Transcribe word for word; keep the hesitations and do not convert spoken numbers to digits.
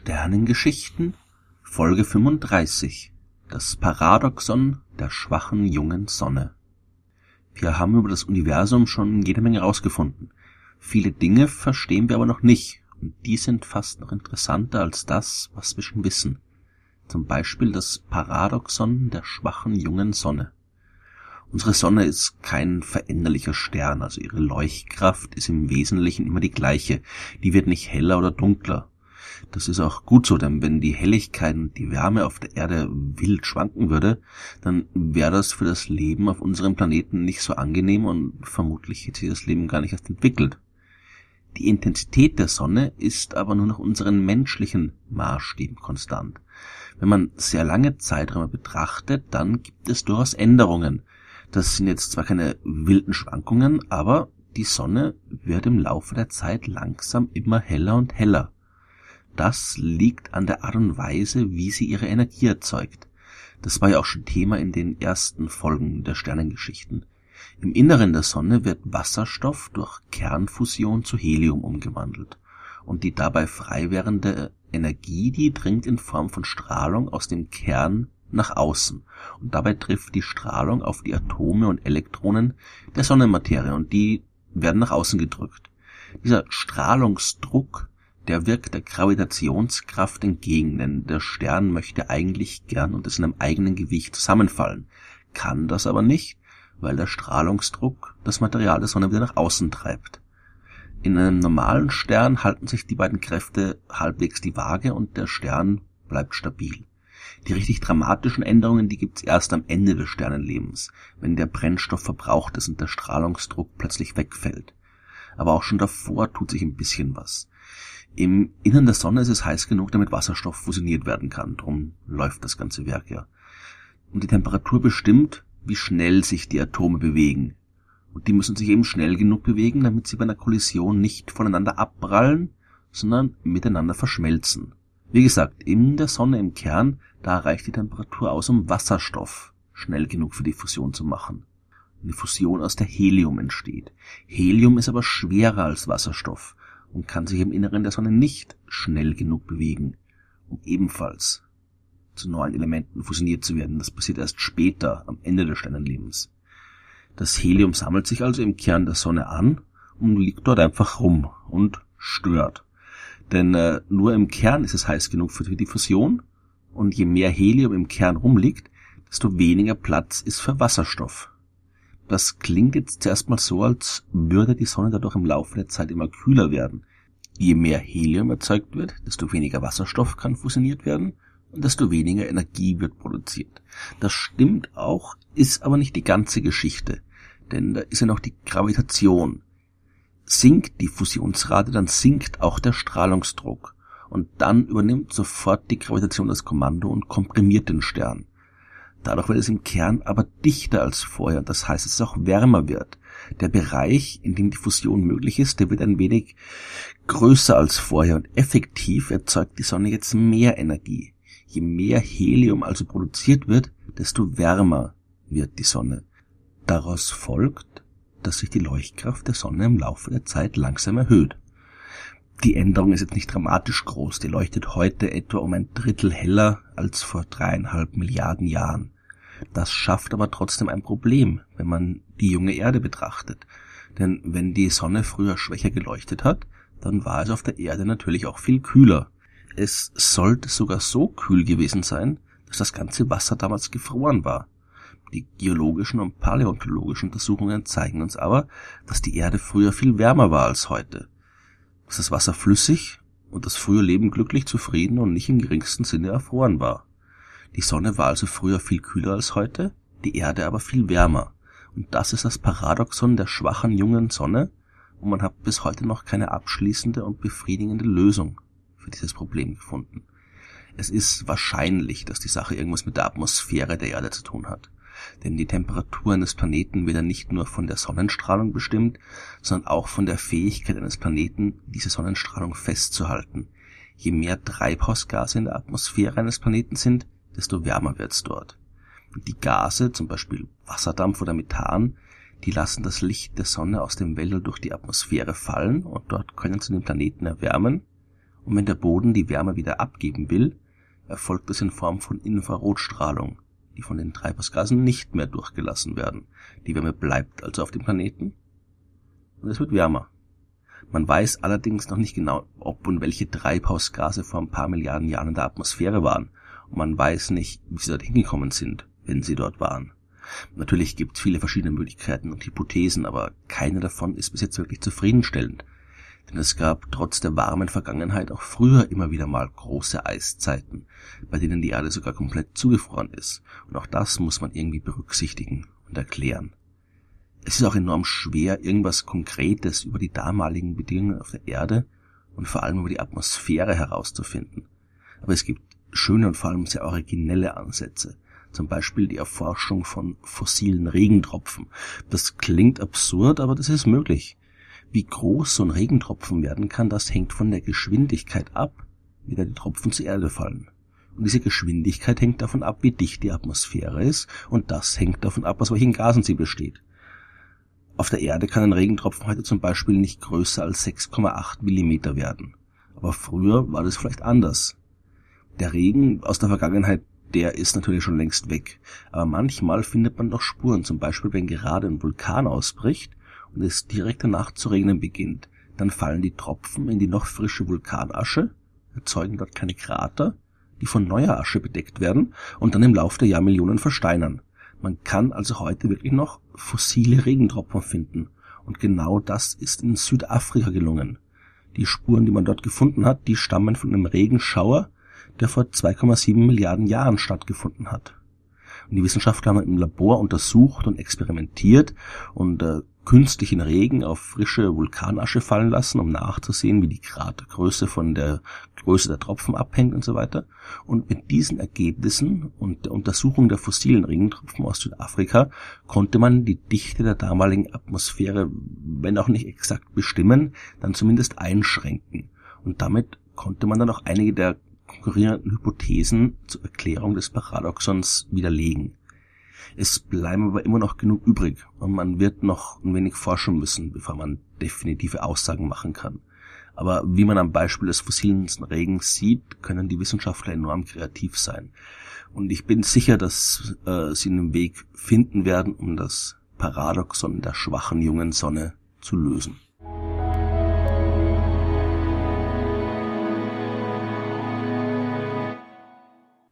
Sternengeschichten, Folge fünfunddreißig. Das Paradoxon der schwachen jungen Sonne. Wir haben über das Universum schon jede Menge herausgefunden. Viele Dinge verstehen wir aber noch nicht, und die sind fast noch interessanter als das, was wir schon wissen. Zum Beispiel das Paradoxon der schwachen jungen Sonne. Unsere Sonne ist kein veränderlicher Stern, also ihre Leuchtkraft ist im Wesentlichen immer die gleiche. Die wird nicht heller oder dunkler. Das ist auch gut so, denn wenn die Helligkeit und die Wärme auf der Erde wild schwanken würde, dann wäre das für das Leben auf unserem Planeten nicht so angenehm und vermutlich hätte sich das Leben gar nicht erst entwickelt. Die Intensität der Sonne ist aber nur nach unseren menschlichen Maßstäben konstant. Wenn man sehr lange Zeiträume betrachtet, dann gibt es durchaus Änderungen. Das sind jetzt zwar keine wilden Schwankungen, aber die Sonne wird im Laufe der Zeit langsam immer heller und heller. Das liegt an der Art und Weise, wie sie ihre Energie erzeugt. Das war ja auch schon Thema in den ersten Folgen der Sternengeschichten. Im Inneren der Sonne wird Wasserstoff durch Kernfusion zu Helium umgewandelt. Und die dabei freiwerdende Energie, die dringt in Form von Strahlung aus dem Kern nach außen. Und dabei trifft die Strahlung auf die Atome und Elektronen der Sonnenmaterie und die werden nach außen gedrückt. Dieser Strahlungsdruck, der wirkt der Gravitationskraft entgegen, denn der Stern möchte eigentlich gern unter seinem eigenen Gewicht zusammenfallen, kann das aber nicht, weil der Strahlungsdruck das Material der Sonne wieder nach außen treibt. In einem normalen Stern halten sich die beiden Kräfte halbwegs die Waage und der Stern bleibt stabil. Die richtig dramatischen Änderungen, die gibt's erst am Ende des Sternenlebens, wenn der Brennstoff verbraucht ist und der Strahlungsdruck plötzlich wegfällt. Aber auch schon davor tut sich ein bisschen was. Im Innern der Sonne ist es heiß genug, damit Wasserstoff fusioniert werden kann. Drum läuft das ganze Werk ja. Und die Temperatur bestimmt, wie schnell sich die Atome bewegen. Und die müssen sich eben schnell genug bewegen, damit sie bei einer Kollision nicht voneinander abprallen, sondern miteinander verschmelzen. Wie gesagt, in der Sonne im Kern, da reicht die Temperatur aus, um Wasserstoff schnell genug für die Fusion zu machen. Eine Fusion aus der Helium entsteht. Helium ist aber schwerer als Wasserstoff und kann sich im Inneren der Sonne nicht schnell genug bewegen, um ebenfalls zu neuen Elementen fusioniert zu werden. Das passiert erst später, am Ende des Sternenlebens. Das Helium sammelt sich also im Kern der Sonne an und liegt dort einfach rum und stört. Denn äh, nur im Kern ist es heiß genug für die Fusion und je mehr Helium im Kern rumliegt, desto weniger Platz ist für Wasserstoff. Das klingt jetzt zuerst mal so, als würde die Sonne dadurch im Laufe der Zeit immer kühler werden. Je mehr Helium erzeugt wird, desto weniger Wasserstoff kann fusioniert werden und desto weniger Energie wird produziert. Das stimmt auch, ist aber nicht die ganze Geschichte, denn da ist ja noch die Gravitation. Sinkt die Fusionsrate, dann sinkt auch der Strahlungsdruck und dann übernimmt sofort die Gravitation das Kommando und komprimiert den Stern. Dadurch wird es im Kern aber dichter als vorher und das heißt, dass es auch wärmer wird. Der Bereich, in dem die Fusion möglich ist, der wird ein wenig größer als vorher und effektiv erzeugt die Sonne jetzt mehr Energie. Je mehr Helium also produziert wird, desto wärmer wird die Sonne. Daraus folgt, dass sich die Leuchtkraft der Sonne im Laufe der Zeit langsam erhöht. Die Änderung ist jetzt nicht dramatisch groß, die leuchtet heute etwa um ein Drittel heller als vor dreieinhalb Milliarden Jahren. Das schafft aber trotzdem ein Problem, wenn man die junge Erde betrachtet. Denn wenn die Sonne früher schwächer geleuchtet hat, dann war es auf der Erde natürlich auch viel kühler. Es sollte sogar so kühl gewesen sein, dass das ganze Wasser damals gefroren war. Die geologischen und paläontologischen Untersuchungen zeigen uns aber, dass die Erde früher viel wärmer war als heute. Dass das Wasser flüssig und das frühe Leben glücklich, zufrieden und nicht im geringsten Sinne erfroren war. Die Sonne war also früher viel kühler als heute, die Erde aber viel wärmer. Und das ist das Paradoxon der schwachen jungen Sonne und man hat bis heute noch keine abschließende und befriedigende Lösung für dieses Problem gefunden. Es ist wahrscheinlich, dass die Sache irgendwas mit der Atmosphäre der Erde zu tun hat. Denn die Temperatur eines Planeten wird ja nicht nur von der Sonnenstrahlung bestimmt, sondern auch von der Fähigkeit eines Planeten, diese Sonnenstrahlung festzuhalten. Je mehr Treibhausgase in der Atmosphäre eines Planeten sind, desto wärmer wird's dort. Und die Gase, zum Beispiel Wasserdampf oder Methan, die lassen das Licht der Sonne aus dem Weltall durch die Atmosphäre fallen und dort können sie den Planeten erwärmen Und wenn der Boden die Wärme wieder abgeben will, erfolgt das in Form von Infrarotstrahlung, die von den Treibhausgasen nicht mehr durchgelassen werden. Die Wärme bleibt also auf dem Planeten und es wird wärmer. Man weiß allerdings noch nicht genau, ob und welche Treibhausgase vor ein paar Milliarden Jahren in der Atmosphäre waren. Und man weiß nicht, wie sie dort hingekommen sind, wenn sie dort waren. Natürlich gibt es viele verschiedene Möglichkeiten und Hypothesen, aber keine davon ist bis jetzt wirklich zufriedenstellend. Denn es gab trotz der warmen Vergangenheit auch früher immer wieder mal große Eiszeiten, bei denen die Erde sogar komplett zugefroren ist. Und auch das muss man irgendwie berücksichtigen und erklären. Es ist auch enorm schwer, irgendwas Konkretes über die damaligen Bedingungen auf der Erde und vor allem über die Atmosphäre herauszufinden. Aber es gibt schöne und vor allem sehr originelle Ansätze. Zum Beispiel die Erforschung von fossilen Regentropfen. Das klingt absurd, aber das ist möglich. Wie groß so ein Regentropfen werden kann, das hängt von der Geschwindigkeit ab, mit der die Tropfen zur Erde fallen. Und diese Geschwindigkeit hängt davon ab, wie dicht die Atmosphäre ist, und das hängt davon ab, aus welchen Gasen sie besteht. Auf der Erde kann ein Regentropfen heute zum Beispiel nicht größer als sechs Komma acht Millimeter werden. Aber früher war das vielleicht anders. Der Regen aus der Vergangenheit, der ist natürlich schon längst weg. Aber manchmal findet man noch Spuren, zum Beispiel wenn gerade ein Vulkan ausbricht und es direkt danach zu regnen beginnt. Dann fallen die Tropfen in die noch frische Vulkanasche, erzeugen dort kleine Krater, die von neuer Asche bedeckt werden und dann im Laufe der Jahrmillionen versteinern. Man kann also heute wirklich noch fossile Regentropfen finden. Und genau das ist in Südafrika gelungen. Die Spuren, die man dort gefunden hat, die stammen von einem Regenschauer, der vor zwei Komma sieben Milliarden Jahren stattgefunden hat. Und die Wissenschaftler haben im Labor untersucht und experimentiert und äh, künstlichen Regen auf frische Vulkanasche fallen lassen, um nachzusehen, wie die Kratergröße von der Größe der Tropfen abhängt und so weiter. Und mit diesen Ergebnissen und der Untersuchung der fossilen Regentropfen aus Südafrika konnte man die Dichte der damaligen Atmosphäre, wenn auch nicht exakt bestimmen, dann zumindest einschränken. Und damit konnte man dann auch einige der konkurrierenden Hypothesen zur Erklärung des Paradoxons widerlegen. Es bleiben aber immer noch genug übrig und man wird noch ein wenig forschen müssen, bevor man definitive Aussagen machen kann. Aber wie man am Beispiel des fossilen Regens sieht, können die Wissenschaftler enorm kreativ sein. Und ich bin sicher, dass äh, sie einen Weg finden werden, um das Paradoxon der schwachen jungen Sonne zu lösen.